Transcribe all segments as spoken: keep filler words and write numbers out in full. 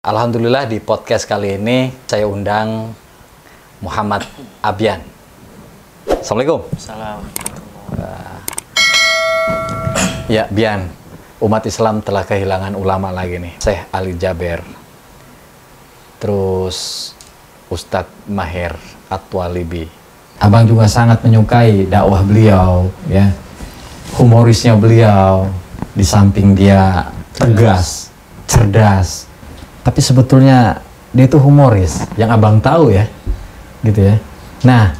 Alhamdulillah di podcast kali ini saya undang Muhammad Abyan. Assalamualaikum. Salam. Ya, Bian, umat Islam telah kehilangan ulama lagi nih. Syekh Ali Jaber. Terus Ustadz Maher At-Twalibi. Abang juga sangat menyukai dakwah beliau, ya. Humorisnya beliau, di samping dia tegas, cerdas. Tapi sebetulnya dia itu humoris, yang abang tahu ya, gitu ya. Nah,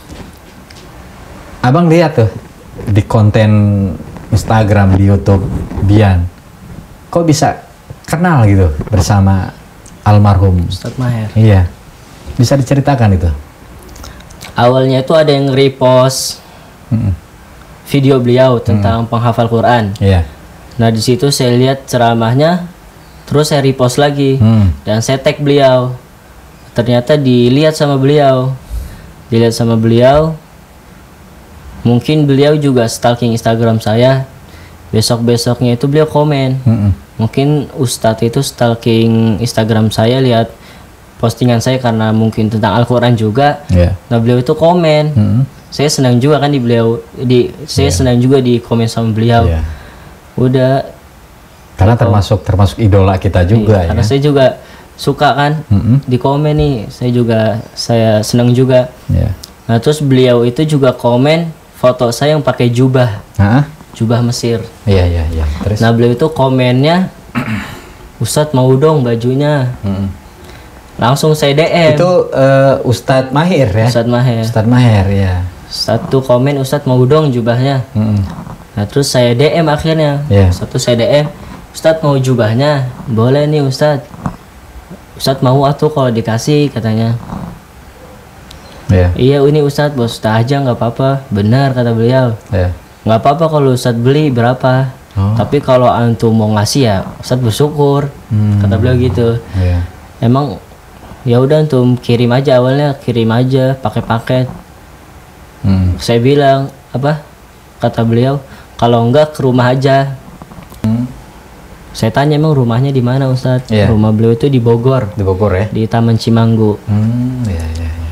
abang lihat tuh di konten Instagram, di YouTube Bian, kok bisa kenal gitu bersama almarhum Ustadz Maher. Iya, bisa diceritakan itu? Awalnya itu ada yang repost Mm-mm. video beliau tentang mm. penghafal Quran. Iya. Nah di situ saya lihat ceramahnya. Terus saya repost lagi hmm. dan saya tag beliau. Ternyata dilihat sama beliau, dilihat sama beliau. Mungkin beliau juga stalking Instagram saya. Besok-besoknya itu beliau komen. Hmm. Mungkin Ustadz itu stalking Instagram saya, lihat postingan saya karena mungkin tentang Al-Quran juga. Yeah. Nah beliau itu komen. Hmm. Saya senang juga kan di beliau, di saya yeah. senang juga di komen sama beliau. Yeah. Udah. Karena termasuk termasuk idola kita juga, iya, karena ya. saya juga suka kan mm-hmm. di komen nih, saya juga saya senang juga. Yeah. Nah terus beliau itu juga komen foto saya yang pakai jubah, Hah? jubah Mesir. Iya iya iya. Terus? Nah beliau itu komennya, Ustadz mau dong bajunya. Mm-hmm. Langsung saya D M. Itu uh, Ustadz Maher ya? Ustadz Maher. Ustadz Maher ya. Satu komen Ustadz mau dong jubahnya. Mm-hmm. Nah terus saya D M akhirnya. Yeah. Satu saya D M. Ustadz mau jubahnya, boleh nih Ustadz. Ustadz mau atuh kalau dikasih katanya. Yeah. Iya ini Ustadz, bos Ustadz aja nggak apa-apa. Benar kata beliau. Yeah. Nggak apa-apa kalau Ustadz beli berapa. Oh. Tapi kalau antum mau ngasih ya Ustadz bersyukur. Hmm. Kata beliau gitu. Yeah. Emang ya udah antum kirim aja, awalnya kirim aja pakai paket. Hmm. Saya bilang apa? Kata beliau kalau enggak ke rumah aja. Hmm. Saya tanya emang rumahnya di mana Ustadz? Yeah. Rumah beliau itu di Bogor. Di Bogor ya? Di Taman Cimanggu. Hmm, ya, ya, ya.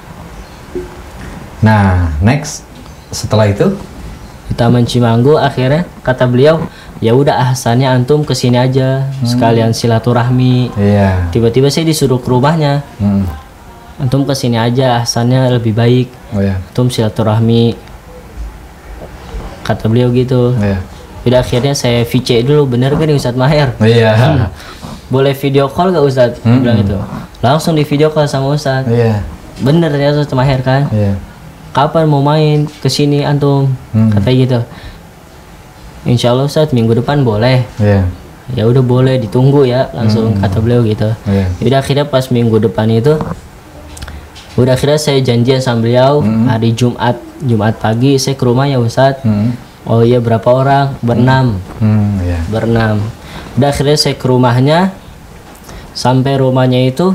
Nah, next setelah itu di Taman Cimanggu akhirnya kata beliau, ya udah ahsannya antum kesini aja hmm. sekalian silaturahmi. Yeah. Tiba-tiba saya disuruh ke rumahnya. Hmm. Antum kesini aja ahsannya lebih baik. Oh, yeah. Antum silaturahmi. Kata beliau gitu. Yeah. Udah akhirnya saya V C dulu, bener gak nih Ustadz Maher? Iya. Hmm. Boleh video call gak Ustadz? Hmm. Bilang itu. Langsung di video call sama Ustadz. Iya. Bener ternyata Ustadz Maher kan? Iya. Kapan mau main kesini antum? Hmm. Katanya gitu. Insya Allah Ustadz minggu depan boleh. Iya. Ya udah boleh, ditunggu ya langsung hmm. kata beliau gitu. Iya. Udah akhirnya pas minggu depan itu, udah akhirnya saya janjian sama beliau hmm. hari Jumat, Jumat pagi saya ke rumah ya Ustadz. Hmm. Oh iya berapa orang? Berenam. Hmm, yeah. Berenam. Udah akhirnya saya ke rumahnya. Sampai rumahnya itu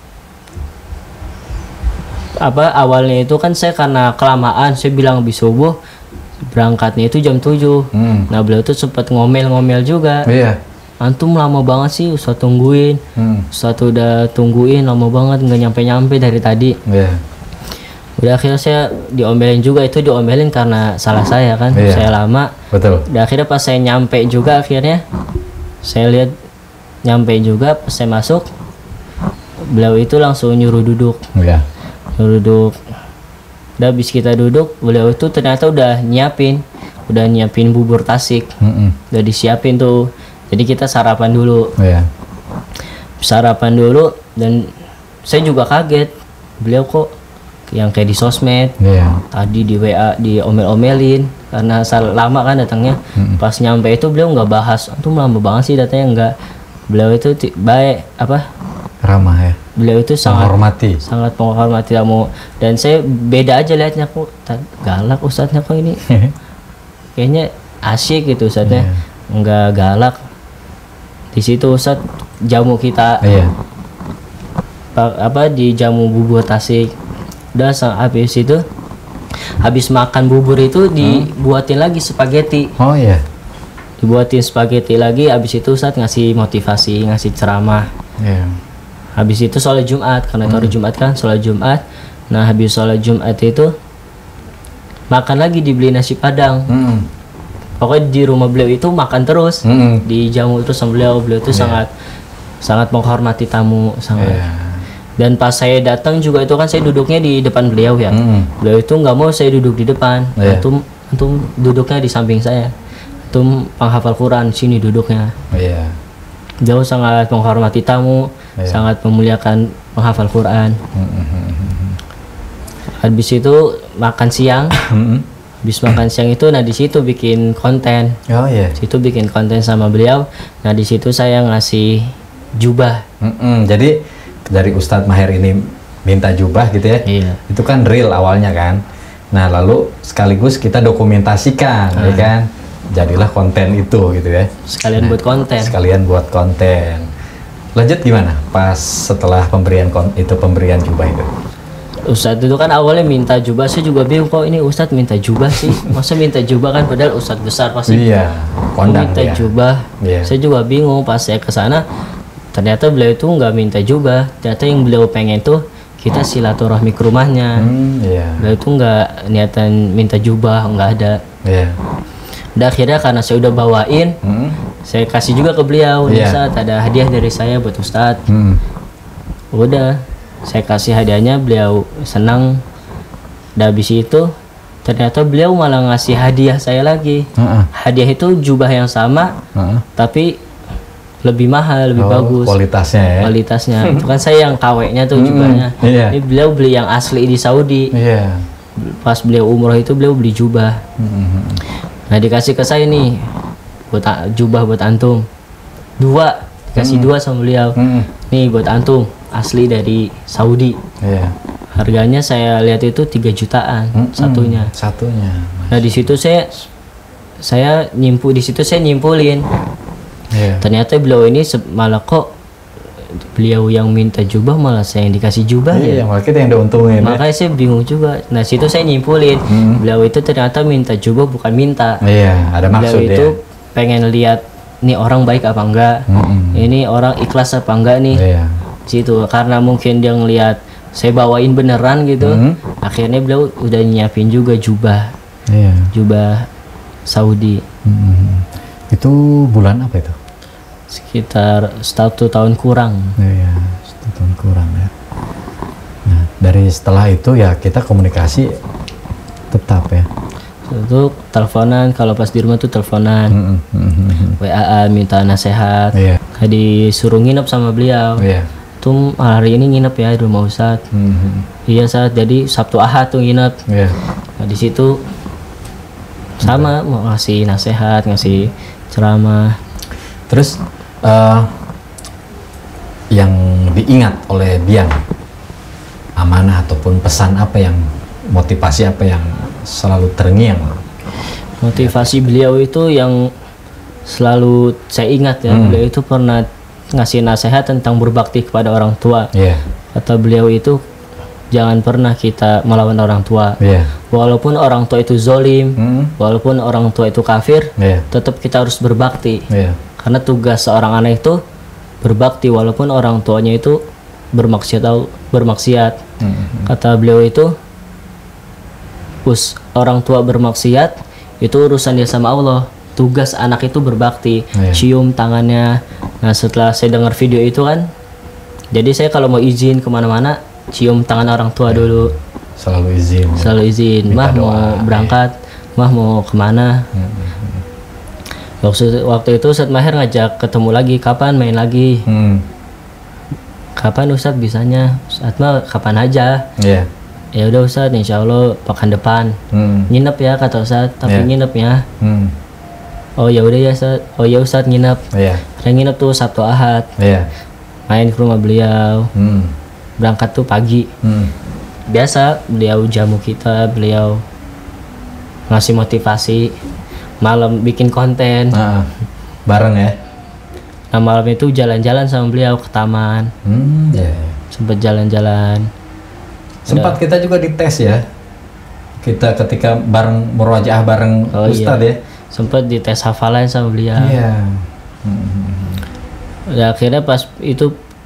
apa awalnya itu kan saya karena kelamaan saya bilang habis subuh, berangkatnya itu jam tujuh. Hmm. Nah beliau tuh sempat ngomel-ngomel juga. Iya. Antum lama banget sih Ustadz tungguin. Hmm. Ustadz udah tungguin lama banget nggak nyampe-nyampe dari tadi. Iya. Udah akhirnya saya diomelin juga, itu diomelin karena salah saya kan. Iya. Saya lama. Betul. Udah akhirnya pas saya nyampe juga akhirnya saya lihat nyampe juga pas saya masuk beliau itu langsung nyuruh duduk. Iya. Nyuruh duduk. Udah habis kita duduk beliau itu ternyata udah nyiapin udah nyiapin bubur tasik. Mm-mm. Udah disiapin tuh. Jadi kita sarapan dulu. Iya. Sarapan dulu dan saya juga kaget. Beliau kok yang kayak di sosmed, yeah. tadi di W A di omel-omelin karena lama kan datangnya. Mm-hmm. Pas nyampe itu beliau nggak bahas, antum lama banget sih datanya, nggak. Beliau itu t- baik apa? Ramah ya. Beliau itu sangat menghormati, sangat menghormati tamu. Dan saya beda aja lihatnya, kok galak ustadznya kok ini. Kayaknya asyik gitu ustadznya, yeah. nggak galak. Di situ ustadz jamu kita, yeah. apa di jamu bubur tasik. Udah habis itu habis makan bubur itu dibuatin hmm. lagi spaghetti. Oh iya. Dibuatin spaghetti lagi, habis itu Ustadz ngasih motivasi, ngasih ceramah. Yeah. Habis itu sholat Jumat, karena itu hari Jumat kan, sholat Jumat. Nah habis sholat Jumat itu makan lagi, dibeli nasi Padang. Mm. Pokoknya di rumah beliau itu makan terus, mm. dijamu terus sama beliau. Beliau itu yeah. sangat sangat menghormati tamu, sangat. Yeah. Dan pas saya datang juga itu kan saya duduknya di depan beliau ya. Mm. Beliau itu nggak mau saya duduk di depan, yeah. antum antum duduknya di samping saya. Antum penghafal Quran, sini duduknya. Yeah. Beliau sangat menghormati tamu, yeah. sangat memuliakan penghafal Quran. Mm-hmm. Habis itu makan siang. Habis makan siang itu, nah di situ bikin konten. Oh iya. Yeah. Situ bikin konten sama beliau. Nah di situ saya ngasih jubah. Mm-mm. Jadi dari Ustadz Maher ini minta jubah gitu ya. Iya. Itu kan real awalnya kan. Nah lalu sekaligus kita dokumentasikan, ah. ya kan. Jadilah konten itu gitu ya. Sekalian nah, buat konten. Sekalian buat konten. Lanjut gimana? Pas setelah pemberian itu pemberian jubah itu. Ustadz itu kan awalnya minta jubah, saya juga bingung kok ini Ustadz minta jubah sih. Masa minta jubah kan padahal Ustadz besar pasti. Iya. Kondang minta ya. Jubah. Iya. Saya juga bingung pas saya ke sana. Ternyata beliau itu nggak minta jubah. Ternyata yang beliau pengen tuh kita silaturahmi ke rumahnya. Hmm, iya. Beliau itu nggak niatan minta jubah, nggak ada. Iya. Dan akhirnya karena saya udah bawain, hmm. saya kasih juga ke beliau. Nih yeah. Ustadz, ada hadiah dari saya buat Ustadz. Hmm. Udah, saya kasih hadiahnya, beliau senang. Dan habis itu ternyata beliau malah ngasih hadiah saya lagi. Uh-uh. Hadiah itu jubah yang sama, uh-uh. tapi lebih mahal, lebih oh, bagus. Kualitasnya ya. Kualitasnya. Itu kan saya yang K W-nya tuh hmm. jubahnya. Yeah. Ini beliau beli yang asli di Saudi. Yeah. Pas beliau umroh itu beliau beli jubah. Hmm. Nah dikasih ke saya nih buat jubah buat antum dua, dikasih hmm. dua sama beliau. Hmm. Nih buat antum asli dari Saudi. Yeah. Harganya saya lihat itu tiga jutaan hmm. satunya. Satunya. Nah di situ saya saya nyimpu di situ saya nyimpulin. Yeah. Ternyata beliau ini malah kok beliau yang minta jubah malah saya yang dikasih jubah. Iya, ya. Malah kita yang diuntungin. Makanya ya. Saya bingung juga. Nah situ saya nyimpulin hmm. beliau itu ternyata minta jubah bukan minta. Iya, ada maksud beliau itu ya. Pengen lihat nih orang baik apa enggak, hmm. ini orang ikhlas apa enggak nih. Iya. Situ karena mungkin dia ngelihat saya bawain beneran gitu, hmm. akhirnya beliau udah nyiapin juga jubah. Iya. Jubah Saudi. Hmm. Itu bulan apa itu? Sekitar satu tahun kurang. Iya, satu tahun kurang ya. Nah, dari setelah itu ya kita komunikasi tetap ya. Itu teleponan, kalau pas di rumah tuh teleponan, mm -hmm. W A minta nasihat. Iya. Disuruh nginep sama beliau. Iya. Tuh hari ini nginep ya di rumah Ustadz. Mm -hmm. Iya saat jadi Sabtu Ahad tuh nginep. Iya. Nah di situ sama mau ngasih nasihat, ngasih ceramah. Terus uh, yang diingat oleh Bian, amanah ataupun pesan apa yang motivasi apa yang selalu terngiang? Motivasi beliau itu yang selalu saya ingat ya, hmm. beliau itu pernah ngasih nasihat tentang berbakti kepada orang tua. Yeah. Kata beliau itu jangan pernah kita melawan orang tua. Yeah. Walaupun orang tua itu zolim, hmm. walaupun orang tua itu kafir, yeah. tetap kita harus berbakti. Yeah. Karena tugas seorang anak itu berbakti walaupun orang tuanya itu bermaksiat atau bermaksiat. Hmm. Kata beliau itu, us orang tua bermaksiat itu urusan dia sama Allah. Tugas anak itu berbakti, yeah. cium tangannya. Nah setelah saya dengar video itu kan, jadi saya kalau mau izin kemana-mana cium tangan orang tua yeah. dulu. Selalu izin. Selalu izin. Mah doa, mau berangkat, yeah. mah mau kemana. Hmm. Waktu, waktu itu Ustadz Maher ngajak ketemu lagi, kapan main lagi, hmm. kapan Ustadz bisanya, Ustadz mah kapan aja. Yeah. Ya udah Ustadz, insya Allah pekan depan hmm. nginep ya kata Ustadz, tapi yeah. nginep ya. Hmm. Oh ya udah ya Ustadz, oh ya Ustadz nginep. Yeah. Saya nginep tuh Sabtu Ahad, yeah. main ke rumah beliau, hmm. berangkat tuh pagi. Hmm. Biasa beliau jamu kita, beliau ngasih motivasi. Malam bikin konten nah, bareng ya. Nah malam itu jalan-jalan sama beliau ke taman. hmm, yeah. Sempet jalan-jalan. Sempat kita juga dites ya, kita ketika bareng murojaah bareng oh, Ustadz iya. ya. Sempet dites hafalan sama beliau. yeah. hmm. Ya, akhirnya pas itu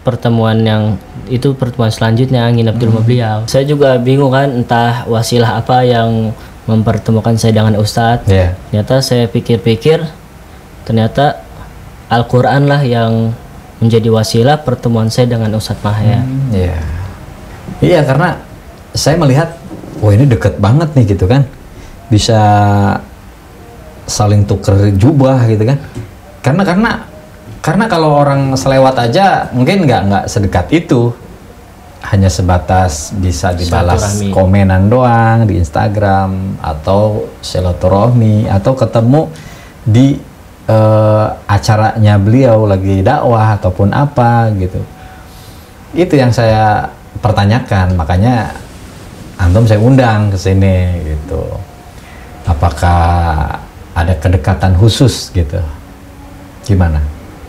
pertemuan yang itu pertemuan selanjutnya nginep di rumah beliau. Saya juga bingung kan, entah wasilah apa yang mempertemukan saya dengan Ustadz. Yeah. Ternyata saya pikir-pikir, ternyata Al-Quran lah yang menjadi wasilah pertemuan saya dengan Ustadz Maher. Hmm, iya, iya karena saya melihat, wah ini deket banget nih gitu kan, bisa saling tuker jubah gitu kan. Karena karena karena kalau orang selewat aja mungkin nggak nggak sedekat itu, hanya sebatas bisa dibalas komenan doang di Instagram atau silaturahmi atau ketemu di uh, acaranya beliau lagi dakwah ataupun apa gitu. Itu yang saya pertanyakan, makanya antum saya undang ke sini gitu. Apakah ada kedekatan khusus gitu? Gimana?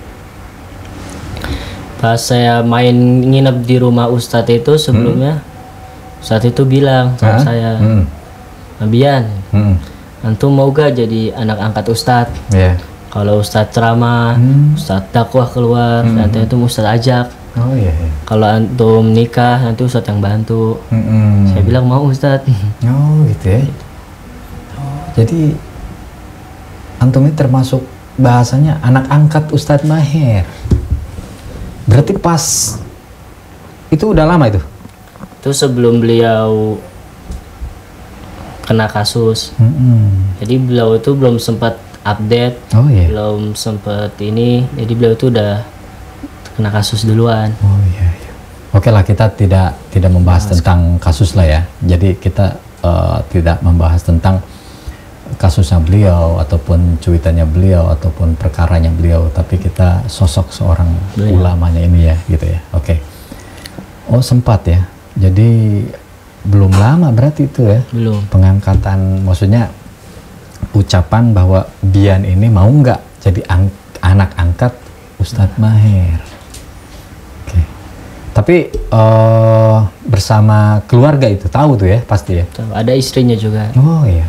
Pas saya main nginep di rumah Ustadz itu sebelumnya, hmm. Ustadz itu bilang sama Hah? saya, hmm. Nabian, hmm. antum mau gak jadi anak angkat Ustadz? Yeah. Kalau Ustadz ceramah, hmm. Ustadz dakwah keluar, hmm. nanti antum Ustadz ajak. Oh iya. Yeah. Kalau antum nikah, nanti Ustadz yang bantu. Hmm. Saya bilang mau Ustadz. Oh gitu ya. Oh, jadi antum ini termasuk bahasanya anak angkat Ustadz Maher. Berarti pas itu udah lama itu? Itu sebelum beliau kena kasus. Mm-hmm. Jadi beliau itu belum sempat update, oh, yeah. belum sempat ini. Jadi beliau itu udah kena kasus duluan. Oh iya. iya. Oke lah, kita tidak tidak membahas nah, tentang kasus lah ya. Jadi kita uh, tidak membahas tentang kasusnya beliau ataupun cuitannya beliau ataupun perkaranya beliau, tapi kita sosok seorang beliau. Ulamanya ini ya gitu ya. Oke. Oh sempat ya, jadi belum lama berarti itu ya, belum pengangkatan, maksudnya ucapan bahwa Bian ini mau nggak jadi an anak angkat Ustadz Maher. Oke. Tapi uh, bersama keluarga itu tahu tuh ya pasti ya. Tahu. Ada istrinya juga. Oh iya.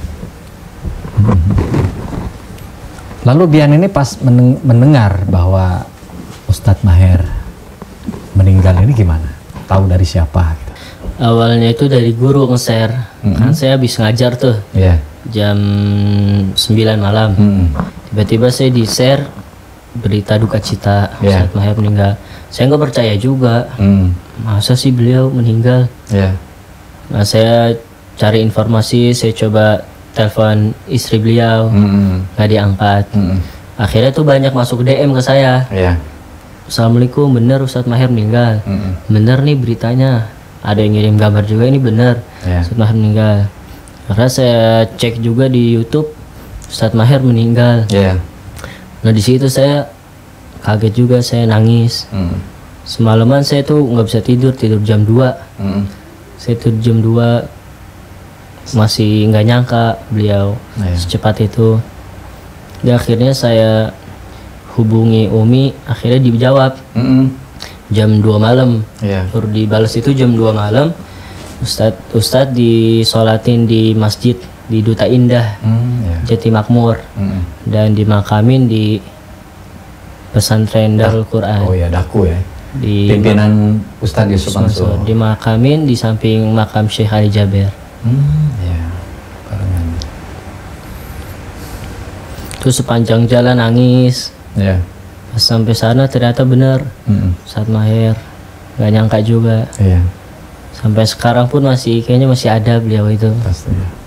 Lalu Bian ini pas mendengar bahwa Ustadz Maher meninggal ini gimana? Tahu dari siapa? Gitu? Awalnya itu dari guru nge-share. Mm-hmm. Kan saya habis ngajar tuh. Yeah. Jam sembilan malam. Mm-hmm. Tiba-tiba saya di-share berita duka cita yeah. Ustadz Maher meninggal. Saya nggak percaya juga. Mm. Masa sih beliau meninggal? Yeah. Nah, saya cari informasi, saya coba telepon istri beliau, nggak mm-hmm. diangkat. Mm-hmm. Akhirnya tuh banyak masuk D M ke saya. Yeah. Assalamualaikum, bener Ustadz Maher meninggal. Mm-hmm. Bener nih beritanya. Ada yang ngirim gambar juga, ini bener. Yeah. Ustadz Maher meninggal. Karena saya cek juga di YouTube, Ustadz Maher meninggal. Yeah. Nah di situ saya kaget juga, saya nangis. Mm-hmm. Semalaman saya tuh nggak bisa tidur, tidur jam dua. Mm-hmm. Saya tidur jam dua. Masih nggak nyangka beliau yeah. secepat itu. Dan akhirnya saya hubungi Umi, akhirnya dijawab mm-hmm. jam dua malam. Yeah. Baru dibalas itu jam dua malam. Ustadz Ustadz disolatin di masjid di Duta Indah, mm, yeah. Jati Makmur, mm. dan dimakamin di pesantren Darul Quran. Oh ya, Daku ya. Di pimpinan Ustadz Yusuf Mansur. Dimakamin di samping makam Syekh Ali Jaber. Hmm, ya, barengan. Terus sepanjang jalan nangis. Ya. Pas sampai sana ternyata benar. Mm-mm. Ustadz Maher, nggak nyangka juga. Iya. Sampai sekarang pun masih kayaknya masih ada beliau itu. Pasti.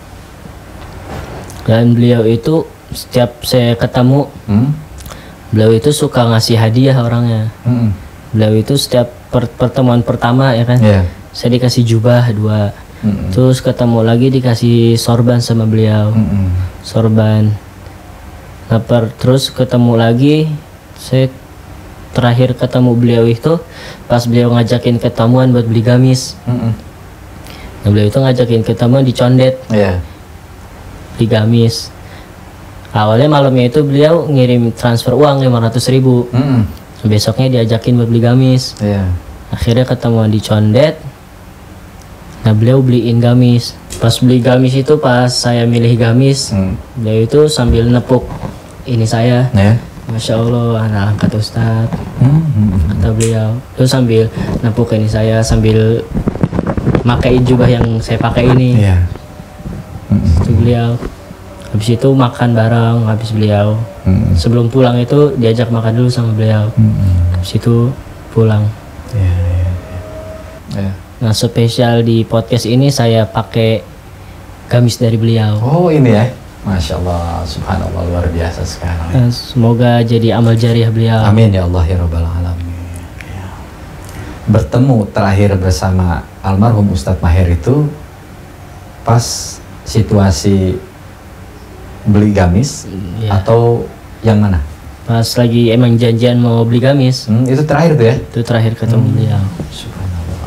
Dan beliau itu setiap saya ketemu, mm? beliau itu suka ngasih hadiah orangnya. Mm. Beliau itu setiap per pertemuan pertama ya kan, yeah. saya dikasih jubah dua. Mm-hmm. Terus ketemu lagi dikasih sorban sama beliau, mm-hmm. sorban. Nah, per, terus ketemu lagi, saya terakhir ketemu beliau itu pas beliau ngajakin ketemuan buat beli gamis. Mm-hmm. Nah, beliau itu ngajakin ketemuan di Condet, yeah. beli gamis. Awalnya malamnya itu beliau ngirim transfer uang lima ratus ribu. Mm-hmm. Besoknya diajakin buat beli gamis. Yeah. Akhirnya ketemuan di Condet. Nah beliau beliin gamis. Pas beli gamis itu pas saya milih gamis, hmm. beliau itu sambil nepuk ini saya. Yeah. Masya Allah, anak angkat Ustadz. Hmm. Kata beliau. Terus sambil nepuk ini saya, sambil makain juga yang saya pakai ini. Iya. Itu beliau. Habis itu makan bareng, habis beliau. Hmm. Sebelum pulang itu diajak makan dulu sama beliau. Hmm. Habis itu pulang. Iya, iya, iya. Nah, spesial di podcast ini saya pakai gamis dari beliau. Oh, ini ya. Masya Allah, subhanallah, luar biasa sekarang. Nah, semoga jadi amal jariah beliau. Amin ya Allah ya Rabbal Alamin. Ya. Bertemu terakhir bersama almarhum Ustadz Maher itu pas situasi beli gamis ya. Atau yang mana? Pas lagi emang janjian mau beli gamis. Hmm, itu terakhir tuh ya? Itu terakhir ketemu hmm. beliau. Subhanallah.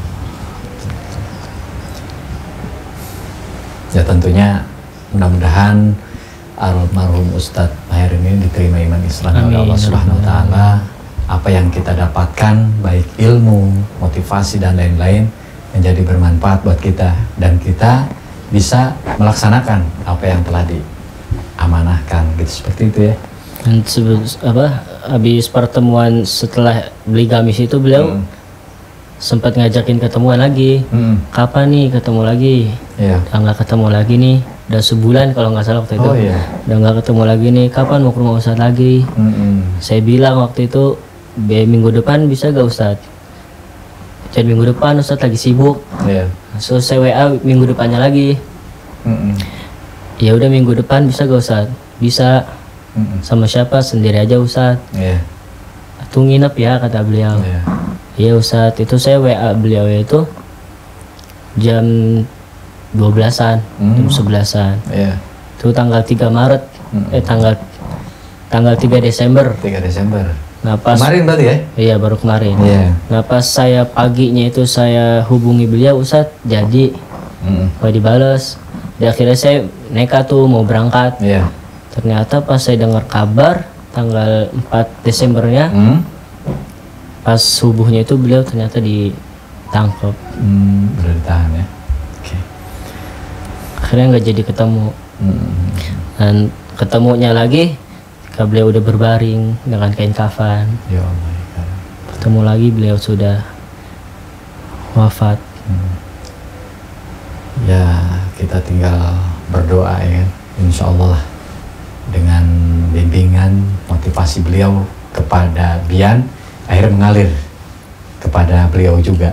Ya tentunya mudah-mudahan almarhum Ustadz Maher ini diterima iman Islam oleh Allah Subhanahu wa taala. Apa yang kita dapatkan baik ilmu, motivasi dan lain-lain menjadi bermanfaat buat kita dan kita bisa melaksanakan apa yang telah diamanahkan gitu, seperti itu ya. Dan apa habis pertemuan setelah beli gamis itu beliau hmm. sempat ngajakin ketemuan lagi. Hmm. Kapan nih ketemu lagi? Yeah. Udah nggak ketemu lagi nih. Udah sebulan kalau nggak salah waktu itu. Oh, iya. Udah nggak ketemu lagi nih. Kapan mau ke rumah Ustadz lagi? Mm-hmm. Saya bilang waktu itu minggu depan bisa gak Ustadz? Jadi minggu depan Ustadz lagi sibuk. Yeah. So saya W A minggu depannya lagi. Mm-hmm. Ya udah minggu depan bisa gak Ustadz? Bisa. Mm-hmm. Sama siapa? Sendiri aja Ustadz. Yeah. Tuh nginep ya kata beliau. Iya yeah. Ustadz. Itu saya W A beliau itu jam dua belasan, hmm. jam sebelasan. Yeah. Itu tanggal tiga Maret, hmm. eh tanggal tanggal tiga Desember. tiga Desember. Nah, pas kemarin berarti ya? Iya, baru kemarin. Yeah. Nah, pas saya paginya itu saya hubungi beliau, Ustadz, jadi hmm. mau dibales. Dan akhirnya saya nekat tuh mau berangkat. Yeah. Ternyata pas saya dengar kabar tanggal empat Desembernya, hmm. pas subuhnya itu beliau ternyata ditangkap. Hmm, udah ditahan ya? Akhirnya nggak jadi ketemu. Hmm. Dan ketemunya lagi ketika beliau udah berbaring dengan kain kafan. Ya Allah, ya. Ketemu lagi beliau sudah wafat. Hmm. Ya kita tinggal berdoa ya, insya Allah dengan bimbingan motivasi beliau kepada Bian akhirnya mengalir kepada beliau juga.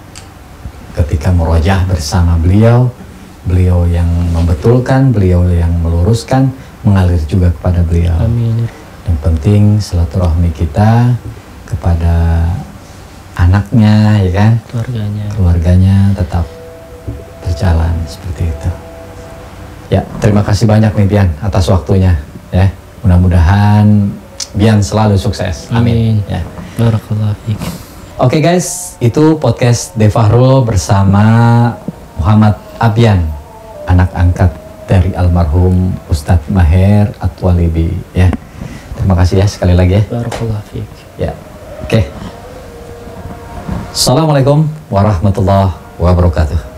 Ketika merojah bersama beliau, beliau yang membetulkan, beliau yang meluruskan, mengalir juga kepada beliau. Amin. Yang penting silaturahmi kita kepada anaknya, ya kan? Keluarganya. Keluarganya tetap berjalan seperti itu. Ya, terima kasih banyak nih Bian atas waktunya. Ya, mudah-mudahan Bian selalu sukses. Amin. Amin. Ya. Barakallahu fiik. Oke okay guys, itu podcast Defahrul bersama Muhammad Abian, anak angkat dari almarhum Ustadz Maher At-Thwalibi ya. Terima kasih ya sekali lagi ya. Barakallahu fiik. Ya. Oke. Okay. Assalamualaikum warahmatullahi wabarakatuh.